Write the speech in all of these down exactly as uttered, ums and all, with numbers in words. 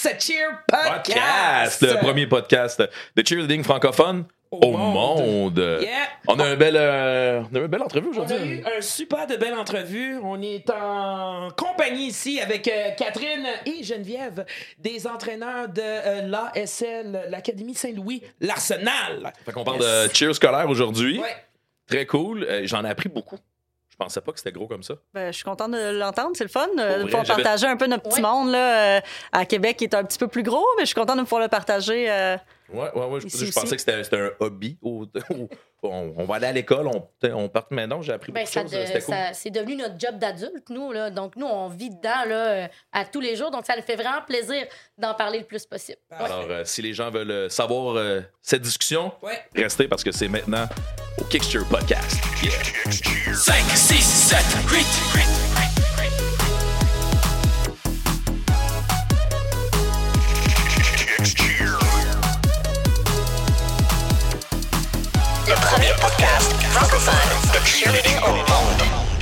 Cheer Podcast. Podcast, le premier podcast de cheerleading francophone au, au monde. monde. Yeah. On a un bel, euh, on a une belle entrevue aujourd'hui. On a eu un super de belle entrevue. On est en compagnie ici avec euh, Catherine et Geneviève, des entraîneurs de euh, l'A S L, l'Académie Saint-Louis, l'Arsenal. Fait qu'on parle yes. de cheer scolaire aujourd'hui. Ouais. Très cool. Euh, j'en ai appris beaucoup. Je pensais pas que c'était gros comme ça. Ben, je suis contente de l'entendre, c'est le fun. De pouvoir j'avais... partager un peu notre petit ouais. monde là, euh, à Québec qui est un petit peu plus gros, mais je suis contente de pouvoir le partager. Euh, ouais, ouais, ouais. Je, je pensais que c'était, c'était un hobby. Au, au, on, on va aller à l'école, on, on part maintenant, j'ai appris ben, beaucoup ça de de, choses. C'était cool. Ça, c'est devenu notre job d'adulte, nous. Là. Donc, nous, on vit dedans là, à tous les jours. Donc, ça nous fait vraiment plaisir d'en parler le plus possible. Alors, euh, si les gens veulent savoir euh, cette discussion, ouais. restez parce que c'est maintenant au Kicksteer Podcast. Yeah. cinq, six, sept, huit, huit. Le premier podcast francophone de cheerleading au monde.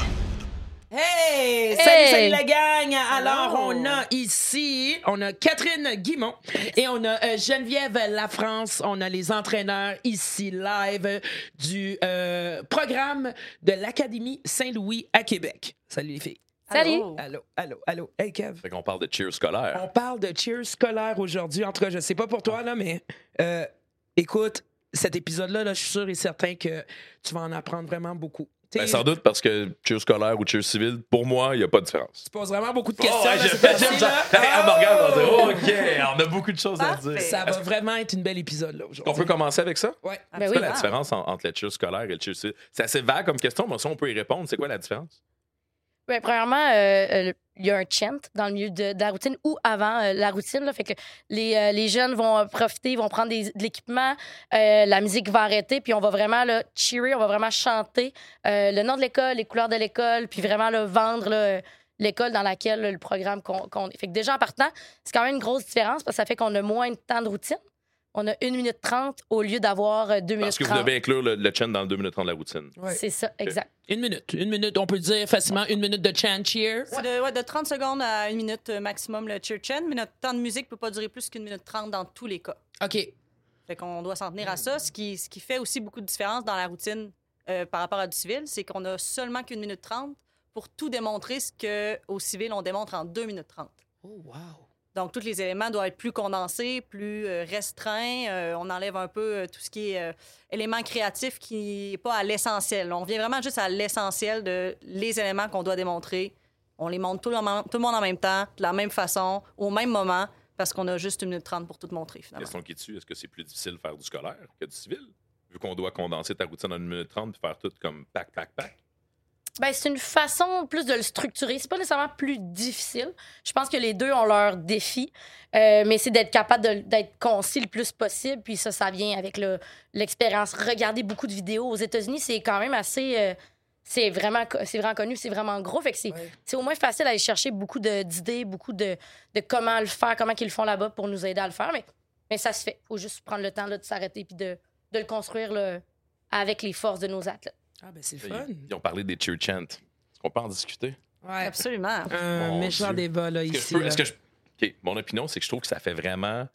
Hey! Hey! Salut, salut la gang! Alors, Hello. on a ici, on a Catherine Guimont et on a euh, Geneviève Lafrance. On a les entraîneurs ici live du euh, programme de l'Académie Saint-Louis à Québec. Salut les filles. Salut! Allô, allô, allô. Hey, Kev. Fait qu'on parle de cheer scolaire. On parle de cheer scolaire aujourd'hui. En tout cas, je sais pas pour toi, là, mais euh, écoute, cet épisode-là, là, je suis sûr et certain que tu vas en apprendre vraiment beaucoup. Ben, sans doute parce que cheer scolaire ou cheer civil, pour moi, il n'y a pas de différence. Tu poses vraiment beaucoup de questions. Oh, ouais, j'aime, j'aime ça. Hey, elle me regarde, on dit, OK, on a beaucoup de choses à dire. Ça va vraiment être une belle épisode là aujourd'hui. On peut commencer avec ça? Oui. C'est ben quoi oui, la wow. différence en, entre le cheer scolaire et le cheer civil? C'est assez vague comme question, mais ça, on peut y répondre. C'est quoi la différence? Bien, premièrement, euh, il y a un chant dans le milieu de, de la routine ou avant euh, la routine. Là, fait que les, euh, les jeunes vont profiter, vont prendre des, de l'équipement, euh, la musique va arrêter, puis on va vraiment là, cheerer, on va vraiment chanter euh, le nom de l'école, les couleurs de l'école, puis vraiment là, vendre là, l'école dans laquelle là, le programme qu'on, qu'on est. Fait que déjà, en partant, c'est quand même une grosse différence parce que ça fait qu'on a moins de temps de routine. On a une minute trente au lieu d'avoir deux minutes trente. Parce que vous devez inclure le, le chant dans le deux minutes trente de la routine. Ouais. C'est ça, exact. Okay. Une minute. Une minute, on peut dire facilement une minute de chant cheer. C'est de, ouais, de trente secondes à une minute maximum le cheer chant, mais notre temps de musique ne peut pas durer plus qu'une minute trente dans tous les cas. OK. Fait qu'on doit s'en tenir à ça. Ce qui, ce qui fait aussi beaucoup de différence dans la routine euh, par rapport à du civil, c'est qu'on a seulement qu'une minute trente pour tout démontrer ce qu'au civil, on démontre en deux minutes trente. Oh, wow! Donc, tous les éléments doivent être plus condensés, plus euh, restreints. Euh, on enlève un peu euh, tout ce qui est euh, éléments créatifs qui n'est pas à l'essentiel. On vient vraiment juste à l'essentiel de les éléments qu'on doit démontrer. On les montre tout le, tout le monde en même temps, de la même façon, au même moment, parce qu'on a juste une minute trente pour tout montrer, finalement. Question qui tue, est-ce que c'est plus difficile de faire du scolaire que du civil? Vu qu'on doit condenser ta routine en une minute trente et faire tout comme pack, pack, pack? Ben, c'est une façon plus de le structurer. C'est pas nécessairement plus difficile. Je pense que les deux ont leurs défis, euh, mais c'est d'être capable de, d'être concis le plus possible. Puis ça, ça vient avec le, l'expérience. Regarder beaucoup de vidéos. Aux États-Unis, c'est quand même assez... Euh, c'est, vraiment, c'est vraiment connu, c'est vraiment gros. Fait que c'est, ouais. c'est au moins facile d'aller chercher beaucoup de, d'idées, beaucoup de, de comment le faire, comment ils le font là-bas pour nous aider à le faire. Mais, mais ça se fait. Il faut juste prendre le temps là, de s'arrêter puis de, de le construire là, avec les forces de nos athlètes. Ah, ben c'est fun. Ils, ils ont parlé des cheer chants. Est-ce qu'on peut en discuter? Oui, absolument. Un Mon méchant Dieu. débat, là, est-ce ici. Que peux, là. est-ce que je... OK, mon opinion, c'est que je trouve que ça fait vraiment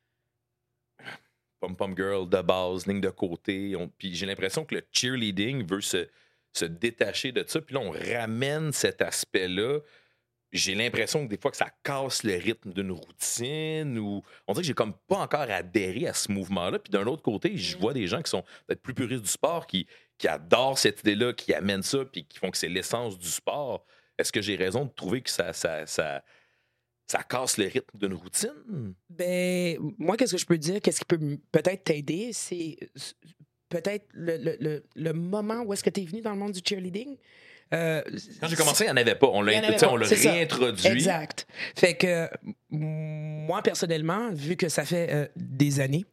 pom-pom girl de base, ligne de côté. On... Puis j'ai l'impression que le cheerleading veut se, se détacher de ça. Puis là, on ramène cet aspect-là. J'ai l'impression que des fois que ça casse le rythme d'une routine ou on dirait que j'ai comme pas encore adhéré à ce mouvement-là. Puis d'un autre côté, je vois des gens qui sont peut-être plus puristes du sport, qui, qui adorent cette idée-là, qui amènent ça, puis qui font que c'est l'essence du sport. Est-ce que j'ai raison de trouver que ça, ça, ça, ça casse le rythme d'une routine? Ben, moi, qu'est-ce que je peux dire? Qu'est-ce qui peut peut-être t'aider? C'est peut-être le, le, le, le moment où est-ce que tu es venu dans le monde du cheerleading. Euh, Quand j'ai commencé, il n'y en avait pas. On l'a, avait pas. On l'a C'est réintroduit. Ça. Exact. Fait que moi, personnellement, vu que ça fait euh, des années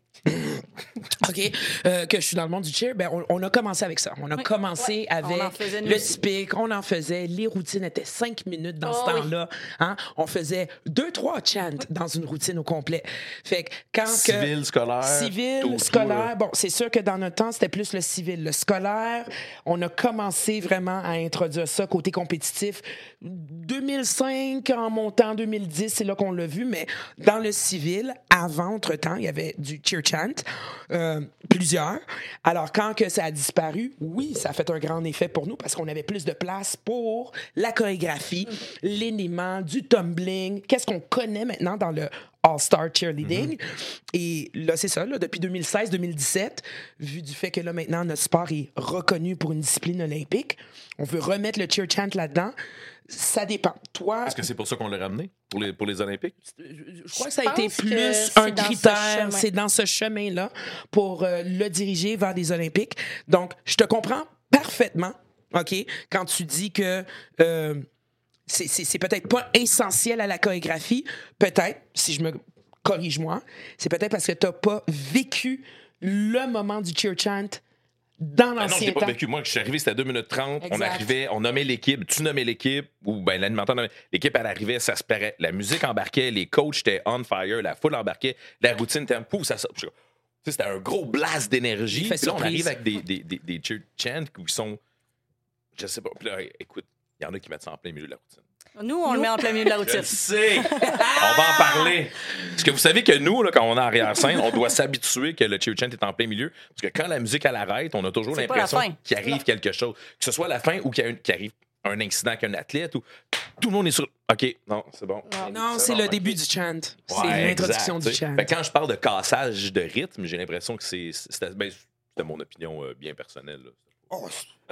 OK, euh, que je suis dans le monde du cheer, ben on, on a commencé avec ça. On a Oui. commencé avec On en faisait, nous le aussi. speak, on en faisait. Les routines étaient cinq minutes dans Oh, ce oui. temps-là. Hein? On faisait deux, trois chants dans une routine au complet. Fait que quand que... Civil, scolaire. Civil, tout, tout, scolaire. euh, Bon, c'est sûr que dans notre temps, c'était plus le civil. Le scolaire, on a commencé vraiment à introduire ça côté compétitif. deux mille cinq, en montant deux mille dix, c'est là qu'on l'a vu. Mais dans le civil, avant, entre-temps, il y avait du cheer chant, euh, plusieurs. Alors, quand que ça a disparu, oui, ça a fait un grand effet pour nous parce qu'on avait plus de place pour la chorégraphie, l'élément, du tumbling. Qu'est-ce qu'on connaît maintenant dans le All-Star Cheerleading. Mm-hmm. Et là, c'est ça, là, depuis deux mille seize deux mille dix-sept, vu du fait que là, maintenant, notre sport est reconnu pour une discipline olympique, on veut remettre le cheer chant là-dedans. Ça dépend. Toi, Est-ce que c'est pour ça qu'on l'a ramené, pour les, pour les Olympiques? je crois que Je ça a été pense que plus c'est un dans ce critère. chemin. C'est dans ce chemin-là pour euh, le diriger vers les Olympiques. Donc, je te comprends parfaitement, OK, quand tu dis que euh, c'est, c'est, c'est peut-être pas essentiel à la chorégraphie. Peut-être, si je me corrige-moi, c'est peut-être parce que tu n'as pas vécu le moment du cheer chant dans Ben non, je l'ancien l'ai pas temps. vécu. Moi, je suis arrivé, c'était à deux minutes trente. On Exact. arrivait, on nommait l'équipe. Tu nommais l'équipe, ou ben l'animateur nommait l'équipe, elle arrivait, ça se paraît. La musique embarquait, les coachs étaient on fire, la foule embarquait, la routine était pouf, ça sort. Tu sais, c'était un gros blast d'énergie. Fait Puis là, on surprise. arrive avec des, des, des, des cheer chants qui sont. Je sais pas. Puis là, écoute, il y en a qui mettent ça en plein milieu de la routine. Nous, on le met en plein milieu de la Je routine. le sais! On va en parler. Parce que vous savez que nous, là, quand on est en arrière-scène, on doit s'habituer que le cheer chant est en plein milieu. Parce que quand la musique elle arrête, on a toujours C'est pas la l'impression fin. qu'il arrive quelque chose. Que ce soit la fin ou qu'il y a une- qu'il arrive un incident avec un athlète ou tout le monde est sur. OK, non, c'est bon. Non, c'est bon, le OK. début du chant. C'est Ouais, l'introduction exact, du tu sais. chant. Fait que quand je parle de cassage de rythme, j'ai l'impression que c'est. C'était ben, c'était mon opinion euh, bien personnelle. là. Oh,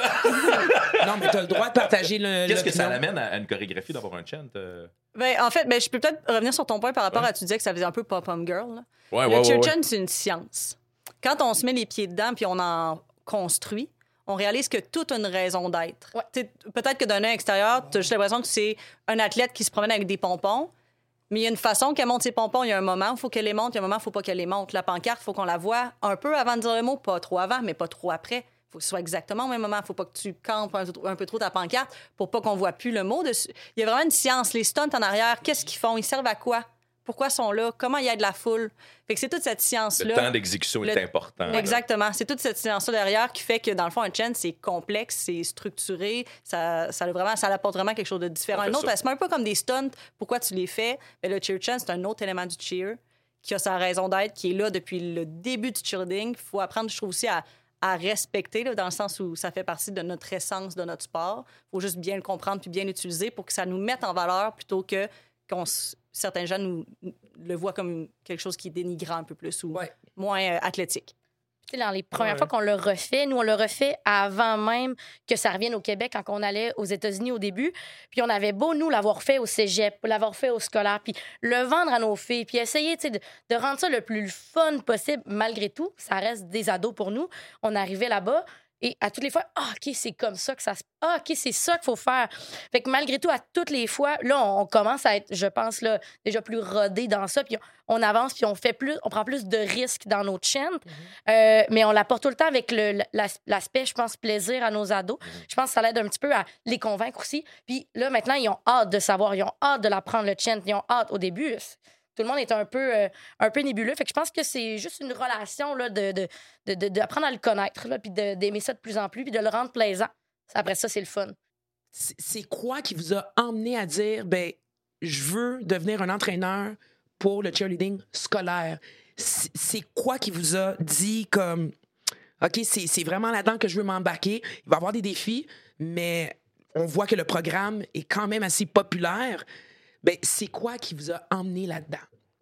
non, mais tu as le droit de partager le. Qu'est-ce que ça l'opinion. l'amène à, à une chorégraphie d'avoir un chant? euh? Ben, en fait, ben, je peux peut-être revenir sur ton point par rapport Ouais. à tu disais que ça faisait un peu pop-up girl. là. Ouais, le ouais, ouais, cheer ouais. chant, c'est une science. Quand on se met les pieds dedans puis on en construit, on réalise que tout a une raison d'être. Ouais. Tu sais, Peut-être que d'un œil extérieur, tu as juste l'impression que c'est un athlète qui se promène avec des pompons, mais il y a une façon qu'elle monte ses pompons. Il y a un moment où il faut qu'elle les monte, il y a un moment où il ne faut pas qu'elle les monte. La pancarte, il faut qu'on la voie un peu avant de dire le mot, pas trop avant, mais pas trop après. Il faut que ce soit exactement au même moment. Il ne faut pas que tu campes un, un peu trop ta pancarte pour pas qu'on voit plus le mot dessus. Il y a vraiment une science. Les stunts en arrière, qu'est-ce qu'ils font? Ils servent à quoi? Pourquoi ils sont là? Comment il y a de la foule? Fait que c'est toute cette Le science-là. temps d'exécution est Le- important. là. Exactement. C'est toute cette science-là derrière qui fait que, dans le fond, un chant, c'est complexe, c'est structuré, ça, ça, a vraiment, ça apporte vraiment quelque chose de différent. On fait Un autre, ça. c'est un peu comme des stunts. Pourquoi tu les fais? Mais le cheer chant, c'est un autre élément du cheer qui a sa raison d'être, qui est là depuis le début du cheerleading. Il faut apprendre, je trouve aussi, à, à respecter, là, dans le sens où ça fait partie de notre essence, de notre sport. Il faut juste bien le comprendre puis bien l'utiliser pour que ça nous mette en valeur plutôt que qu'on s- certains gens nous, le voient comme quelque chose qui est dénigrant un peu plus ou Ouais. moins euh, athlétique. Tu sais, dans les premières Ouais. fois qu'on le refait, nous, on le refait avant même que ça revienne au Québec, quand on allait aux États-Unis au début. Puis on avait beau, nous, l'avoir fait au cégep, l'avoir fait au scolaire, puis le vendre à nos filles, puis essayer tu sais, de, de rendre ça le plus fun possible. Malgré tout, ça reste des ados pour nous. On arrivait là-bas et à toutes les fois, ah, OK, c'est comme ça que ça se... Ah, OK, c'est ça qu'il faut faire. Fait que malgré tout, à toutes les fois, là, on, on commence à être, je pense, là, déjà plus rodé dans ça, puis on, on avance, puis on fait plus, on prend plus de risques dans notre chaîne. Euh, mais on l'apporte tout le temps avec le- l'as- l'aspect, je pense, plaisir à nos ados. Je pense que ça l'aide un petit peu à les convaincre aussi. Puis là, maintenant, ils ont hâte de savoir, ils ont hâte de l'apprendre, le chant, ils ont hâte. Au début, c- tout le monde est un peu, euh, un peu nébuleux. Fait que je pense que c'est juste une relation là, de, de, de, de- d'apprendre à le connaître, là, puis de- d'aimer ça de plus en plus, puis de le rendre plaisant. Après ça, c'est le fun. C'est c'est quoi qui vous a emmené à dire, ben, je veux devenir un entraîneur pour le cheerleading scolaire? C'est c'est quoi qui vous a dit comme, OK, c'est c'est vraiment là-dedans que je veux m'embarquer. Il va y avoir des défis, mais on voit que le programme est quand même assez populaire. Ben, c'est quoi qui vous a emmené là-dedans?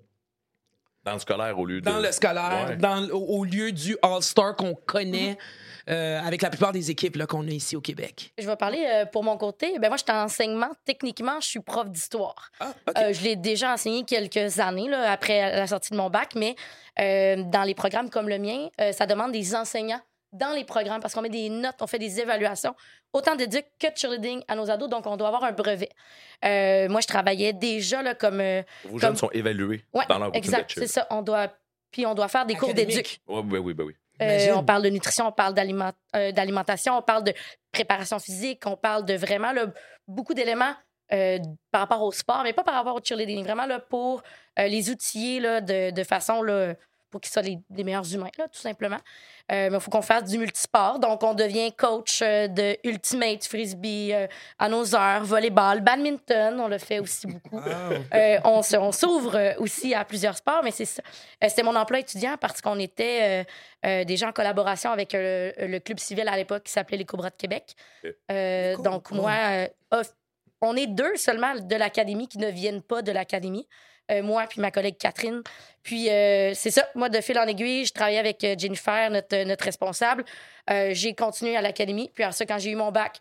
Dans le scolaire au lieu de. Dans le scolaire, Ouais. dans, au, au lieu du All-Star qu'on connaît euh, avec la plupart des équipes là, qu'on a ici au Québec. Je vais parler euh, pour mon côté. Ben moi, j'étais en enseignement. Techniquement, je suis prof d'histoire. Ah, OK. Euh, je l'ai déjà enseigné quelques années là, après la sortie de mon bac, mais euh, dans les programmes comme le mien, euh, ça demande des enseignants dans les programmes parce qu'on met des notes, on fait des évaluations, autant d'éduc que de cheerleading à nos ados, donc on doit avoir un brevet. Euh, moi, je travaillais déjà là, comme... euh, Vos comme- jeunes sont évalués Ouais, dans leur routine exact, de cheer. c'est ça. On doit... puis on doit faire des cours Académique. d'éduc. Ouais, ben oui, ben oui. Euh, Imagine. on parle de nutrition, on parle d'aliment- euh, d'alimentation, on parle de préparation physique, on parle de vraiment là, beaucoup d'éléments euh, par rapport au sport, mais pas par rapport au cheerleading. Vraiment là, pour euh, les outiller là, de, de façon là, pour qu'ils soient les, les meilleurs humains, là, tout simplement. Euh, mais il faut qu'on fasse du multisport. Donc, on devient coach euh, de ultimate, frisbee, euh, à nos heures, volleyball, badminton, on le fait aussi beaucoup. Euh, on, se- on s'ouvre euh, aussi à plusieurs sports, mais c'est ça. Euh, c'était mon emploi étudiant parce qu'on était euh, euh, déjà en collaboration avec euh, le club civil à l'époque qui s'appelait les Cobras de Québec. Euh, Cool. donc, moi, euh, off- on est deux seulement de l'académie qui ne viennent pas de l'académie. Euh, moi puis ma collègue Catherine. Puis euh, c'est ça, moi, de fil en aiguille, je travaillais avec euh, Jennifer, notre, notre responsable. Euh, j'ai continué à l'académie. Puis après ça, quand j'ai eu mon bac,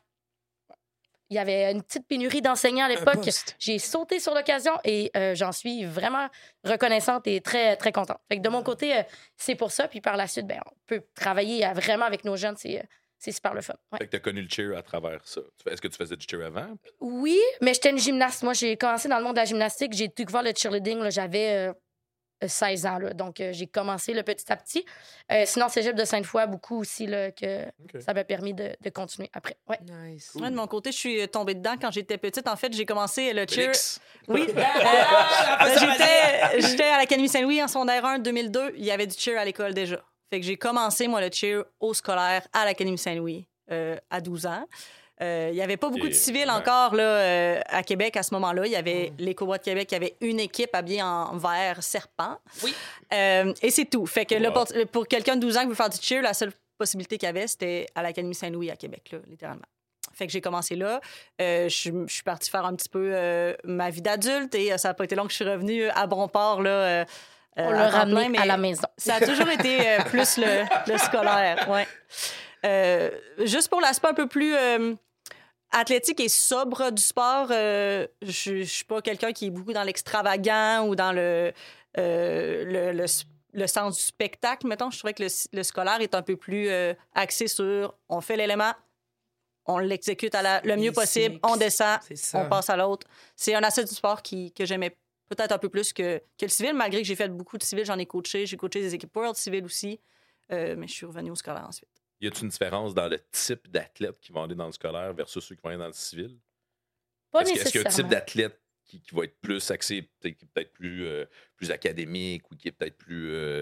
il y avait une petite pénurie d'enseignants à l'époque. poste. J'ai sauté sur l'occasion et euh, j'en suis vraiment reconnaissante et très, très contente. Fait que de mon côté, euh, c'est pour ça. Puis par la suite, ben, on peut travailler euh, vraiment avec nos jeunes. C'est, euh, c'est super le fun. Ouais. Fait que t'as connu le cheer à travers ça. Tu- Est-ce que tu faisais du cheer avant? Oui, mais j'étais une gymnaste. Moi, j'ai commencé dans le monde de la gymnastique. J'ai découvert le cheerleading. Là, j'avais euh, seize ans. Là, donc, euh, j'ai commencé le petit à petit. Euh, sinon, cégep de Sainte-Foy, beaucoup aussi, là, que OK. ça m'a permis de, de continuer après. Ouais. Nice. Moi, de mon côté, je suis tombée dedans quand j'étais petite. En fait, j'ai commencé le cheer. Félix. Oui. Ah, Euh, j'étais, j'étais à l'Académie Saint-Louis en secondaire un, deux mille deux. Il y avait du cheer à l'école déjà. Fait que j'ai commencé, moi, le cheer au scolaire à l'Académie Saint-Louis euh, à douze ans. Euh, il n'y avait pas beaucoup Et- de civils ouais. encore là, euh, à Québec à ce moment-là. Il y avait les Cobras de Québec, il y avait une équipe habillée en vert serpent. Oui. Euh, et c'est tout. Fait que Wow. là, pour, pour quelqu'un de douze ans qui veut faire du cheer, la seule possibilité qu'il y avait, c'était à l'Académie Saint-Louis à Québec, là, littéralement. Fait que j'ai commencé là. Euh, je, je suis partie faire un petit peu euh, ma vie d'adulte et euh, ça n'a pas été long que je suis revenue à Bromport. Là, euh, On euh, l'a à temps ramené plein, mais à la maison. ça a toujours été euh, plus le, le scolaire. Ouais. Euh, juste pour l'aspect un peu plus euh, athlétique et sobre du sport, euh, je ne suis pas quelqu'un qui est beaucoup dans l'extravagant ou dans le, euh, le, le, le sens du spectacle, mettons. Je trouvais que le, le scolaire est un peu plus euh, axé sur on fait l'élément, on l'exécute à la- le mieux Et possible, c'est- on descend, c'est ça. on passe à l'autre. C'est un aspect du sport qui, que j'aimais peut-être un peu plus que, que le civil, malgré que j'ai fait beaucoup de civil, j'en ai coaché. J'ai coaché des équipes World Civil aussi, euh, mais je suis revenue au scolaire ensuite. Y a-t-il une différence dans le type d'athlète qui vont aller dans le scolaire versus ceux qui vont aller dans le civil? Pas Est-ce que- est-ce qu'il y a un type nécessairement. d'athlète qui, qui va être plus axé, peut-être, qui est peut-être plus, euh, plus académique ou qui est peut-être plus. euh,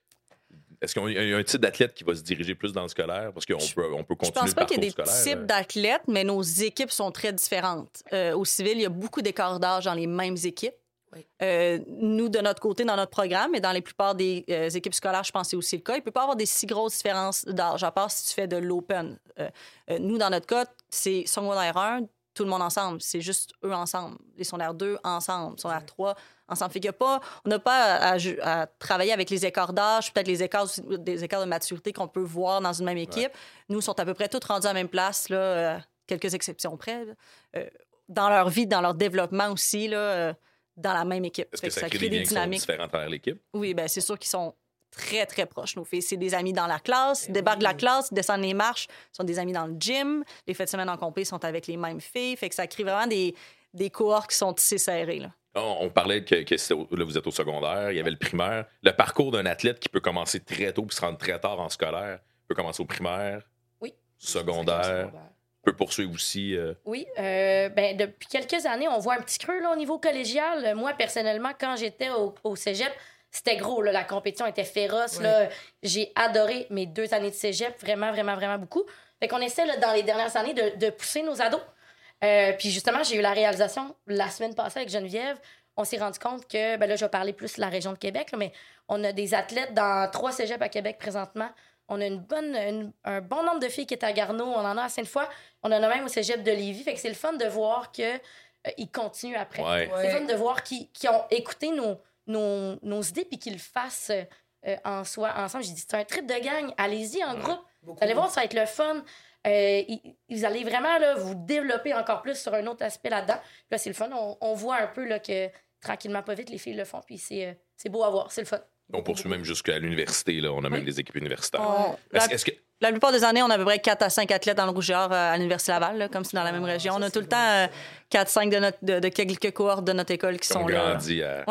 Est-ce qu'il y a un- il y a un type d'athlète qui va se diriger plus dans le scolaire? Parce qu'on peut, on peut Je continuer pense le pas qu'il parcours y ait des scolaire. types euh. d'athlètes, mais nos équipes sont très différentes. Euh, au civil, il y a beaucoup d'écarts d'âge dans les mêmes équipes. Oui. Euh, nous, de notre côté, dans notre programme, et dans les plupart des euh, équipes scolaires, je pense que c'est aussi le cas, il ne peut pas avoir des si grosses différences d'âge, à part si tu fais de l'open. Euh, euh, nous, dans notre cas, c'est secondaire un, tout le monde ensemble. C'est juste eux ensemble. Les secondaires deux ensemble. Secondaire trois ensemble. Fait qu'il y a pas, on n'a pas à, à ju- à travailler avec les écarts d'âge, peut-être les écarts, aussi- des écarts de maturité qu'on peut voir dans une même équipe. Nous, sont à peu près tous rendus à la même place, là, euh, quelques exceptions près, là. Euh, dans leur vie, dans leur développement aussi, là, euh, dans la même équipe. Est-ce Fait que ça crée des liens qui sont différents à travers l'équipe? Oui, bien, c'est sûr qu'ils sont très, très proches, nos filles. C'est des amis dans la classe, ils Eh débarquent de la oui. classe, ils descendent les marches, ils sont des amis dans le gym. Les fêtes de semaine en compé sont avec les mêmes filles. Fait que ça crée vraiment des, des cohortes qui sont tissées serrées, là. On, on parlait que, que c'était au- là, vous êtes au secondaire, il y avait le primaire. Le parcours d'un athlète qui peut commencer très tôt et se rendre très tard en scolaire peut commencer au primaire, Oui. secondaire, peut poursuivre aussi. euh, Oui, euh, ben, depuis quelques années, on voit un petit creux là, au niveau collégial. Moi, personnellement, quand j'étais au, au cégep, c'était gros. Là, la compétition était féroce. Ouais. Là. J'ai adoré mes deux années de cégep, vraiment, vraiment, vraiment beaucoup. Fait qu'on essaie, là, dans les dernières années, de, de pousser nos ados. Euh, puis justement, j'ai eu la réalisation la semaine passée avec Geneviève. On s'est rendu compte que, ben là, je vais parler plus de la région de Québec, là, mais on a des athlètes dans trois cégeps à Québec présentement. On a une bonne, une- un bon nombre de filles qui est à Garneau. On en a à Sainte-Foy. On en a même au cégep de Lévis. Fait que c'est le fun de voir qu'ils ils continuent après. Ouais. C'est le fun de voir qu'ils qu'ils ont écouté nos, nos, nos idées puis qu'ils le fassent euh, en soi, ensemble. J'ai dit, c'est un trip de gang. Allez-y en groupe. Vous allez voir, ça va être le fun. Euh, ils- vous allez vraiment là, vous développer encore plus sur un autre aspect là-dedans. Puis là, c'est le fun. On, on voit un peu là, que tranquillement, pas vite, les filles le font. Puis c'est, euh, c'est beau à voir. C'est le fun. On poursuit même jusqu'à l'université. Là. On a même Oui. des équipes universitaires. On- Est-ce, la, est-ce que, la plupart des années, on a à peu près quatre à cinq athlètes dans le Rouge-Or euh, à l'Université Laval, là, comme c'est dans la même région. On a tout le temps euh, quatre à cinq de, notre, de, de quelques cohortes de notre école qui on sont là. grandit à. Ouais. Ben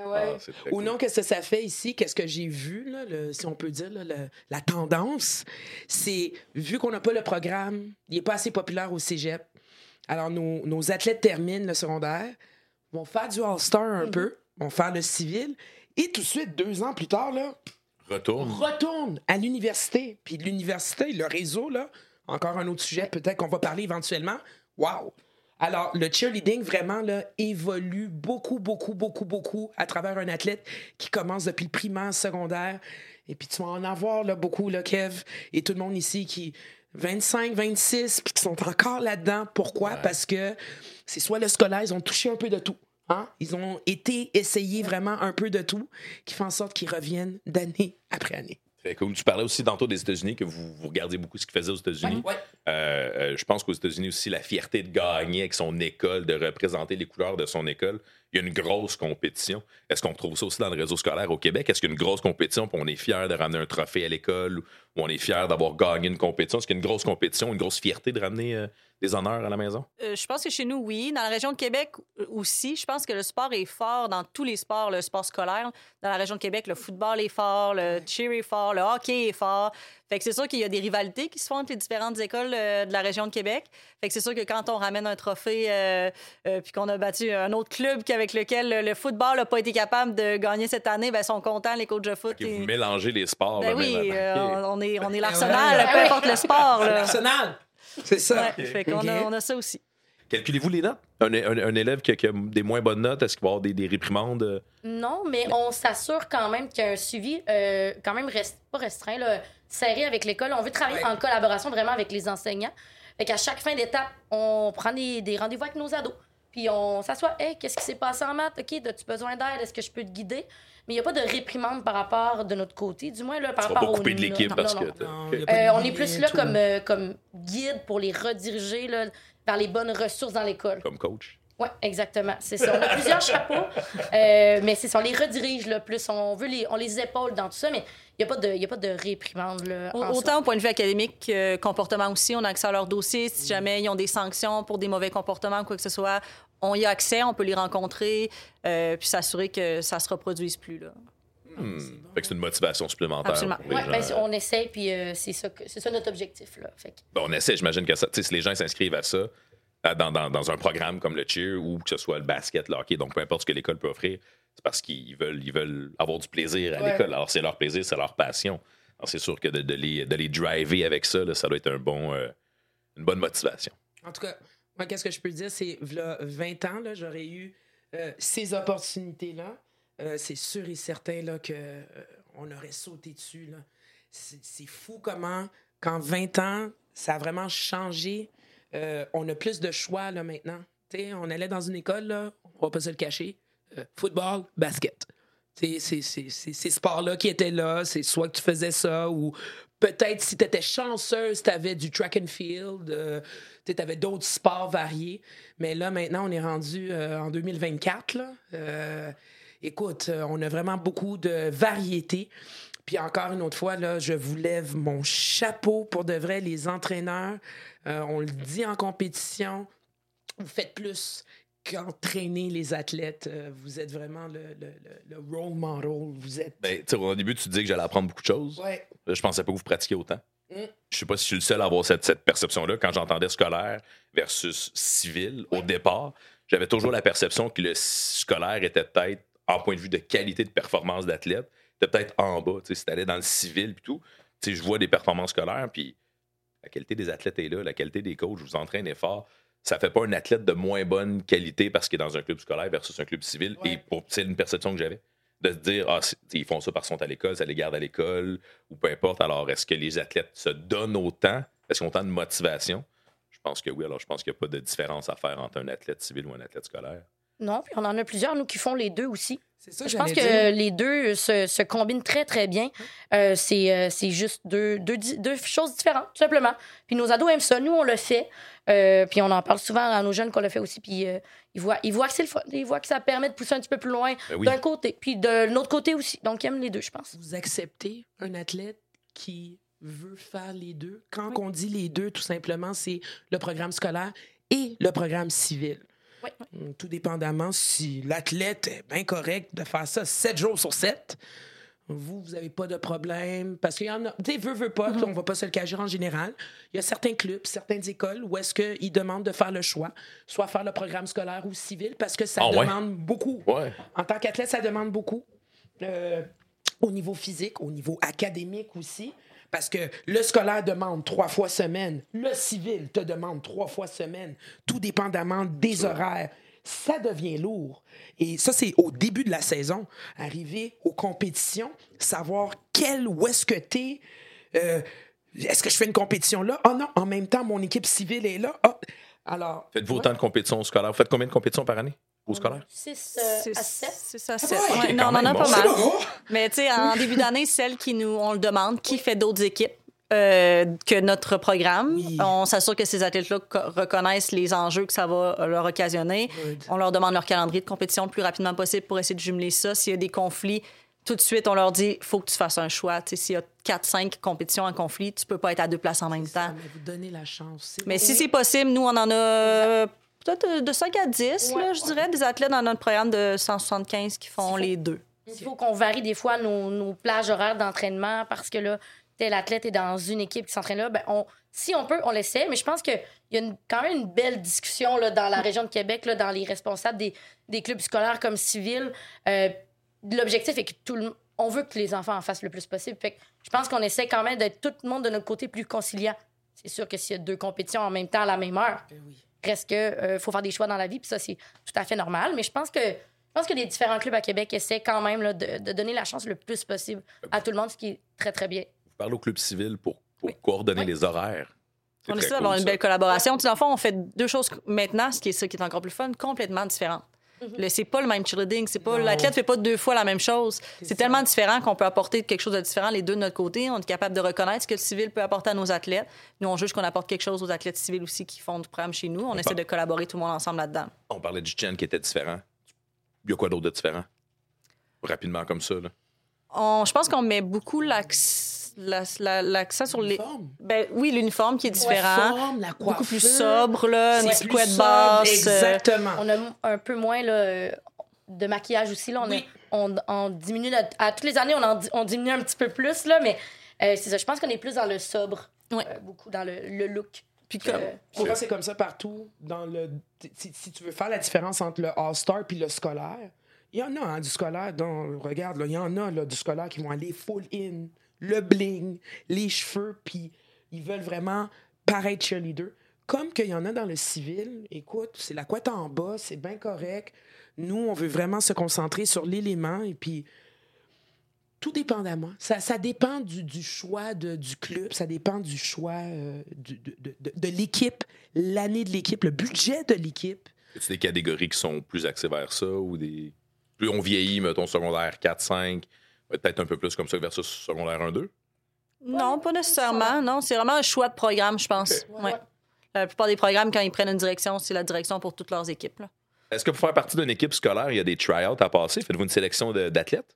Ouais. Ah, c'est très Ou cool. non, qu'est-ce que ça fait ici? Qu'est-ce que j'ai vu, là, le- si on peut dire, là, le- la tendance, c'est, vu qu'on n'a pas le programme, il n'est pas assez populaire au cégep, alors nos, nos athlètes terminent le secondaire, vont faire du All-Star un peu, vont faire le civil, et tout de suite, deux ans plus tard, là, Retourne. retournent à l'université. Puis l'université, le réseau, là, encore un autre sujet, peut-être qu'on va parler éventuellement. Wow! Alors, le cheerleading, vraiment, là, évolue beaucoup, beaucoup, beaucoup, beaucoup à travers un athlète qui commence depuis le primaire, secondaire. Et puis, tu vas en avoir, là, beaucoup, là, Kev, et tout le monde ici qui... vingt-cinq, vingt-six, puis qui sont encore là-dedans. Pourquoi? Ouais. Parce que c'est soit le scolaire, ils ont touché un peu de tout. Hein? Ils ont été essayés vraiment un peu de tout, qui fait en sorte qu'ils reviennent d'année après année. Très cool. Tu parlais aussi tantôt des États-Unis, que vous, vous regardez beaucoup ce qu'ils faisaient aux États-Unis. Ouais. Euh, euh, je pense qu'aux États-Unis aussi, la fierté de gagner avec son école, de représenter les couleurs de son école, il y a une grosse compétition. Est-ce qu'on trouve ça aussi dans le réseau scolaire au Québec? Est-ce qu'il y a une grosse compétition, puis on est fier de ramener un trophée à l'école, ou on est fier d'avoir gagné une compétition? Est-ce qu'il y a une grosse compétition, une grosse fierté de ramener euh, des honneurs à la maison? Euh, je pense que chez nous, oui. Dans la région de Québec euh, aussi, je pense que le sport est fort dans tous les sports, le sport scolaire. Dans la région de Québec, le football est fort, le cheer est fort, le hockey est fort. Fait que c'est sûr qu'il y a des rivalités qui se font entre les différentes écoles euh, de la région de Québec. Fait que c'est sûr que quand on ramène un trophée euh, euh, puis qu'on a battu un autre club avec lequel le, le football n'a pas été capable de gagner cette année, ben ils sont contents, les coachs de foot. Que et- vous mélangez les sports. Ben là, oui, même. euh, OK. on est, on est l'Arsenal, Ouais. peu importe le sport. Là. Arsenal! C'est ça. Ouais, fait qu'on a, Ok. on a ça aussi. Calculez-vous les notes? Un, un- un élève qui a, qui a des moins bonnes notes, est-ce qu'il va y avoir des, des réprimandes? euh? Non, mais on s'assure quand même qu'il y a un suivi euh, quand même rest- pas restreint, là, serré avec l'école. On veut travailler Ouais. en collaboration vraiment avec les enseignants. Fait qu'à chaque fin d'étape, on prend des, des rendez-vous avec nos ados. Puis on s'assoit. Hey, qu'est-ce qui s'est passé en maths? OK, as-tu besoin d'aide? Est-ce que je peux te guider? Mais il n'y a pas de réprimande par rapport de notre côté, du moins là, par Tu vas rapport pas au couper de l'équipe non, parce non, que... non. t'as- Non, OK. y a pas de Euh, on est lien, plus là tout. comme, euh, comme guide pour les rediriger là, vers les bonnes ressources dans l'école. Comme coach. Oui, exactement. C'est ça. On a plusieurs chapeaux, euh, mais c'est ça. On les redirige là, plus. On veut les, on les épaule dans tout ça, mais il n'y a pas de, il y a pas de réprimande. Là, en soi. Autant au point de vue académique que comportement aussi, on a accès à leur dossier. Si jamais ils ont des sanctions pour des mauvais comportements ou quoi que ce soit, on y a accès, on peut les rencontrer, euh, puis s'assurer que ça se reproduise plus. Là. Hmm. Fait que c'est une motivation supplémentaire. Absolument. pour les Ouais, gens. ben, c'est- on essaie, puis euh, c'est ça, que- c'est ça notre objectif. Là. Fait que- Ben, on essaie, j'imagine que ça, tu sais, si les gens s'inscrivent à ça, à- dans, dans, dans un programme comme le cheer ou que ce soit le basket, le hockey, donc peu importe ce que l'école peut offrir, c'est parce qu'ils veulent, ils veulent avoir du plaisir à Ouais. l'école. Alors, c'est leur plaisir, c'est leur passion. Alors, c'est sûr que de, de les, de les driver avec ça, là, ça doit être un bon, euh, une bonne motivation. En tout cas, moi, qu'est-ce que je peux dire? C'est, v'là vingt ans, là, j'aurais eu euh, ces opportunités-là. Euh, c'est sûr et certain là, qu'on euh, on aurait sauté dessus. Là. C'est, c'est fou comment, qu'en vingt ans, ça a vraiment changé. Euh, on a plus de choix là, maintenant. T'sais, on allait dans une école, là, on va pas se le cacher, euh, football, basket. T'sais, C'est c'est- c'est ces sports-là qui étaient là. C'est soit que tu faisais ça ou peut-être si tu étais chanceuse, tu avais du track and field, euh, tu avais d'autres sports variés. Mais là, maintenant, on est rendu euh, en deux mille vingt-quatre. Là. Euh, écoute, euh, on a vraiment beaucoup de variétés. Puis encore une autre fois, là, je vous lève mon chapeau pour de vrai, les entraîneurs. Euh, on le dit en compétition, vous faites plus qu'entraîner les athlètes. Euh, vous êtes vraiment le, le, le, le role model. Vous êtes... Ben, tu sais, au début, tu te dis que j'allais apprendre beaucoup de choses. Ouais. Je pensais pas que vous pratiquiez autant. Mm. Je sais pas si je suis le seul à avoir cette, cette perception-là. Quand j'entendais scolaire versus civil, au départ, j'avais toujours la perception que le scolaire était peut-être, en point de vue de qualité de performance d'athlète, était peut-être en bas. Tu sais, si t'allais dans le civil puis tout, tu sais, je vois des performances scolaires, puis la qualité des athlètes est là, la qualité des coachs, je vous entraîne fort. Ça fait pas un athlète de moins bonne qualité parce qu'il est dans un club scolaire versus un club civil. Ouais. Et pour, c'est une perception que j'avais. De se dire, ah, c'est- ils font ça parce qu'ils sont à l'école, ça les garde à l'école, ou peu importe. Alors, est-ce que les athlètes se donnent autant? Est-ce qu'ils ont autant de motivation? Je pense que oui. Alors, je pense qu'il n'y a pas de différence à faire entre un athlète civil ou un athlète scolaire. Non, puis on en a plusieurs, nous, qui font les deux aussi. C'est ça, Je pense que j'allais dire. les deux se, se combinent très, très bien. Euh, c'est, euh, c'est juste deux, deux, di- deux choses différentes, tout simplement. Puis nos ados aiment ça. Nous, on le fait. Euh, puis on en parle souvent à nos jeunes qu'on le fait aussi. Puis euh, ils, voient, ils voient que c'est le fun. Ils voient que ça permet de pousser un petit peu plus loin Ben oui. d'un côté. Puis de l'autre côté aussi. Donc, ils aiment les deux, je pense. Vous acceptez un athlète qui veut faire les deux. Quand on dit les deux, tout simplement, c'est le programme scolaire et le programme civil. Oui. Tout dépendamment si l'athlète est bien correct de faire ça sept jours sur sept. Vous, vous n'avez pas de problème. Parce qu'il y en a, tu sais, veut, veut pas, mm-hmm. on ne va pas se le cacher en général. Il y a certains clubs, certaines écoles où est-ce qu'ils demandent de faire le choix, soit faire le programme scolaire ou civil, parce que ça oh, demande ouais. beaucoup. Ouais. En tant qu'athlète, ça demande beaucoup. Euh, au niveau physique, au niveau académique aussi. Parce que le scolaire demande trois fois semaine, le civil te demande trois fois semaine, tout dépendamment des horaires. Ça devient lourd. Et ça, c'est au début de la saison. Arriver aux compétitions, savoir quel, où est-ce que t'es. Euh, est-ce que je fais une compétition là? Ah oh non, en même temps, mon équipe civile est là. Oh. Alors, Faites-vous ouais. autant de compétitions scolaires? Vous faites combien de compétitions par année au scolaire? six euh, à sept. six à sept. Ah, Ouais, okay, non, on en a bon. pas mal. Mais tu sais, en début d'année, celle qui nous, on le demande, qui fait d'autres équipes euh, que notre programme. Oui. On s'assure que ces athlètes-là co- reconnaissent les enjeux que ça va leur occasionner. Good. On leur demande leur calendrier de compétition le plus rapidement possible pour essayer de jumeler ça. S'il y a des conflits, tout de suite, on leur dit, il faut que tu fasses un choix. Tu sais, s'il y a quatre cinq compétitions en conflit, tu peux pas être à deux places en même temps. Mais vous donnez la chance. C'est Mais bon. si c'est possible, nous, on en a peut-être de cinq à dix, Ouais. là, je dirais, des athlètes dans notre programme de cent soixante-quinze qui font les deux. Il faut qu'on varie des fois nos, nos plages horaires d'entraînement parce que là, tel athlète est dans une équipe qui s'entraîne là. Ben on, si on peut, on l'essaie, mais je pense qu'il y a une, quand même une belle discussion là, dans la région de Québec, là, dans les responsables des, des clubs scolaires comme civils. Euh, l'objectif est que tout le on veut que les enfants en fassent le plus possible. Fait que je pense qu'on essaie quand même d'être tout le monde de notre côté plus conciliant. C'est sûr que s'il y a deux compétitions en même temps à la même heure, Ben oui. reste que euh, faut faire des choix dans la vie, puis ça, c'est tout à fait normal. Mais je pense que je pense que les différents clubs à Québec essaient quand même là, de, de donner la chance le plus possible à tout le monde, ce qui est très, très bien. Vous parlez au club civil pour, pour coordonner Oui. les horaires. C'est On très essaie cool, d'avoir une ça. belle collaboration. Tu sais, dans le fond, on fait deux choses maintenant, ce qui est ça qui est encore plus fun, complètement différentes. Le, c'est pas le même cheerleading, c'est pas Non. l'athlète fait pas deux fois la même chose. C'est, ça. tellement différent qu'on peut apporter quelque chose de différent les deux de notre côté. On est capable de reconnaître ce que le civil peut apporter à nos athlètes. Nous, on juge qu'on apporte quelque chose aux athlètes civils aussi qui font du programme chez nous. On essaie de collaborer tout le monde ensemble là-dedans. On parlait du Chen qui était différent. Il y a quoi d'autre de différent? Rapidement comme ça, là. On, je pense qu'on met beaucoup l'accent, la- la- l'accent sur les. L'uniforme. Ben, oui, l'uniforme qui est différent. L'uniforme, la Beaucoup plus coiffure. sobre, là, une C'est petite plus couette sobre, basse. euh, Exactement. On a m- un peu moins là, euh, de maquillage aussi. Là. On, Oui. a- on, on diminue notre- à toutes les années, on, en di- on diminue un petit peu plus, là, mais euh, c'est ça. Je pense qu'on est plus dans le sobre, Ouais. euh, beaucoup dans le, le look. Puis comme. Euh, Pour moi, c'est comme ça partout. Dans le, si, si tu veux faire la différence entre le All-Star puis le scolaire, il y en a hein, du scolaire. Dont, regarde, là, il y en a là, du scolaire qui vont aller full in, le bling, les cheveux, puis ils veulent vraiment paraître cheerleader. Comme qu'il y en a dans le civil. Écoute, c'est la couette en bas, c'est bien correct. Nous, on veut vraiment se concentrer sur l'élément et puis tout dépendamment. Ça, ça dépend du, du choix de- du club, ça dépend du choix euh, du- de, de- de- de l'équipe, l'année de l'équipe, le budget de l'équipe. Y a-t-il des catégories qui sont plus axées vers ça ou des. Plus on vieillit, mettons, secondaire quatre cinq, peut-être un peu plus comme ça versus secondaire un deux? Non, pas nécessairement. Non, c'est vraiment un choix de programme, je pense. Ouais. Ouais. La plupart des programmes, quand ils prennent une direction, c'est la direction pour toutes leurs équipes. Là. Est-ce que pour faire partie d'une équipe scolaire, il y a des try-outs à passer? Faites-vous une sélection de- d'athlètes?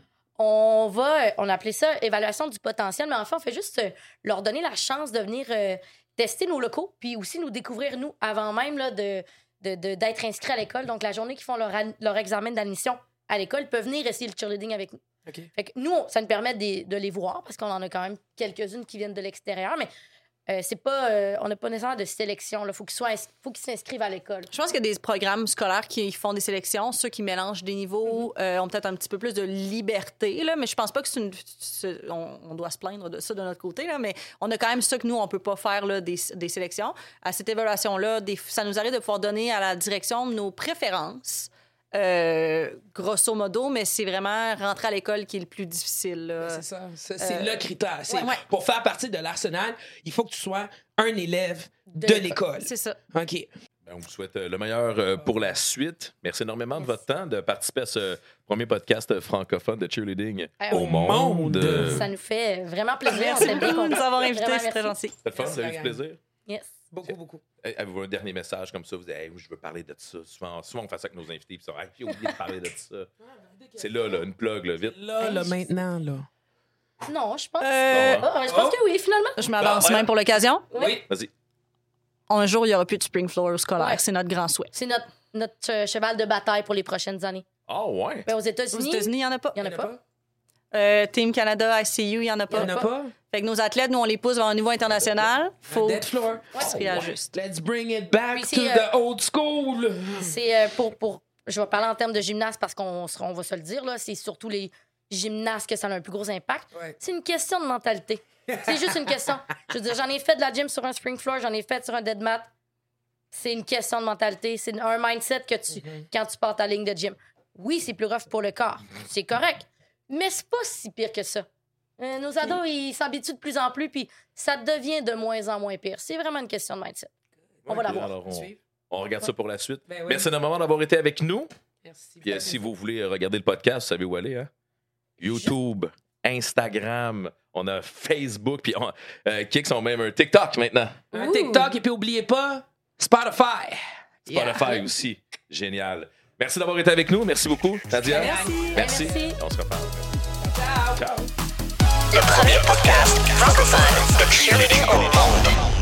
On va, on appelait ça évaluation du potentiel, mais en fait, on fait juste euh, leur donner la chance de venir euh, tester nos locaux, puis aussi nous découvrir, nous, avant même là, de, de- de- d'être inscrits à l'école. Donc, la journée qu'ils font leur, an- leur examen d'admission à l'école, ils peuvent venir essayer le cheerleading avec nous. OK. Fait que nous, on- ça nous permet de, de les voir, parce qu'on en a quand même quelques-unes qui viennent de l'extérieur, mais euh, c'est pas, euh, on n'a pas nécessairement de sélection. Il faut qu'ils soient ins- faut qu'ils s'inscrivent à l'école. Je pense qu'il y a des programmes scolaires qui font des sélections, ceux qui mélangent des niveaux euh, ont peut-être un petit peu plus de liberté, là, mais je pense pas que c'est une. c'est- on, on doit se plaindre de ça de notre côté, là, mais on a quand même ça que nous, on peut pas faire là, des, des sélections. À cette évaluation-là, des- ça nous arrive de pouvoir donner à la direction nos préférences. Euh, grosso modo, mais c'est vraiment rentrer à l'école qui est le plus difficile. là. C'est ça. Ça, c'est Euh, le critère. C'est, ouais, ouais. Pour faire partie de l'arsenal, il faut que tu sois un élève de, De l'école. C'est ça. OK. Ben, on vous souhaite euh, le meilleur euh, pour la suite. Merci énormément de votre temps de participer à ce premier podcast francophone de cheerleading Euh, au au monde. monde. Ça nous fait vraiment plaisir. Merci On s'est bien beaucoup de nous contents. avoir invités, Vraiment, c'est très merci. gentil. C'était le fun, Merci, vous avez eu la du gang. plaisir? Yes. Beaucoup, beaucoup. Hey, Avez-vous un dernier message comme ça? Vous dites, hey, je veux parler de ça. Souvent, souvent on fait ça avec nos invités. Puis ça, hey, j'ai oublié de parler de ça. C'est là, là, une plug, là, vite. Là, là, maintenant, là. Non, je pense. Euh, Ah, je pense que oui, finalement. Je m'avance Ah, ouais. même pour l'occasion. Oui. Vas-y. Un jour, il n'y aura plus de spring floor au scolaire. Ouais. C'est notre grand souhait. C'est notre notre euh, cheval de bataille pour les prochaines années. Ah, ouais. Ben, aux Aux États-Unis, États-Unis, il n'y en a pas. il n'y en a pas. Euh, Team Canada, I C U, il n'y en a Il pas. n'y en a pas? Fait que nos athlètes, nous, on les pousse vers un niveau international. Faut Dead floor. qu'ils se réajustent. Let's bring it back Puis to c'est, the old school. C'est euh, pour, pour. Je vais parler en termes de gymnastes parce qu'on sera- on va se le dire, là. C'est surtout les gymnastes que ça a un plus gros impact. Ouais. C'est une question de mentalité. C'est juste une question. Je veux dire, j'en ai fait de la gym sur un spring floor, j'en ai fait sur un dead mat. C'est une question de mentalité. C'est un mindset que tu, quand tu pars ta ligne de gym. Oui, c'est plus rough pour le corps. C'est correct. Mais c'est pas si pire que ça. Euh, nos ados, ils s'habituent de plus en plus, puis ça devient de moins en moins pire. C'est vraiment une question de mindset. On va l'avoir. Alors, on, Suivre. on regarde ça pour la suite. Ben oui. Merci énormément d'avoir été avec nous. Merci. Puis euh, si vous voulez euh, regarder le podcast, vous savez où aller, hein? YouTube, Instagram, on a Facebook, puis on, euh, Kicks ont même un TikTok maintenant. Un TikTok, et puis oubliez pas, Spotify. Spotify Yeah. aussi. Génial. Merci d'avoir été avec nous. Merci beaucoup, Nadia. Merci. Merci. Merci. On se reparle. Ciao. Ciao. Le premier podcast francophone de cheerleading au monde.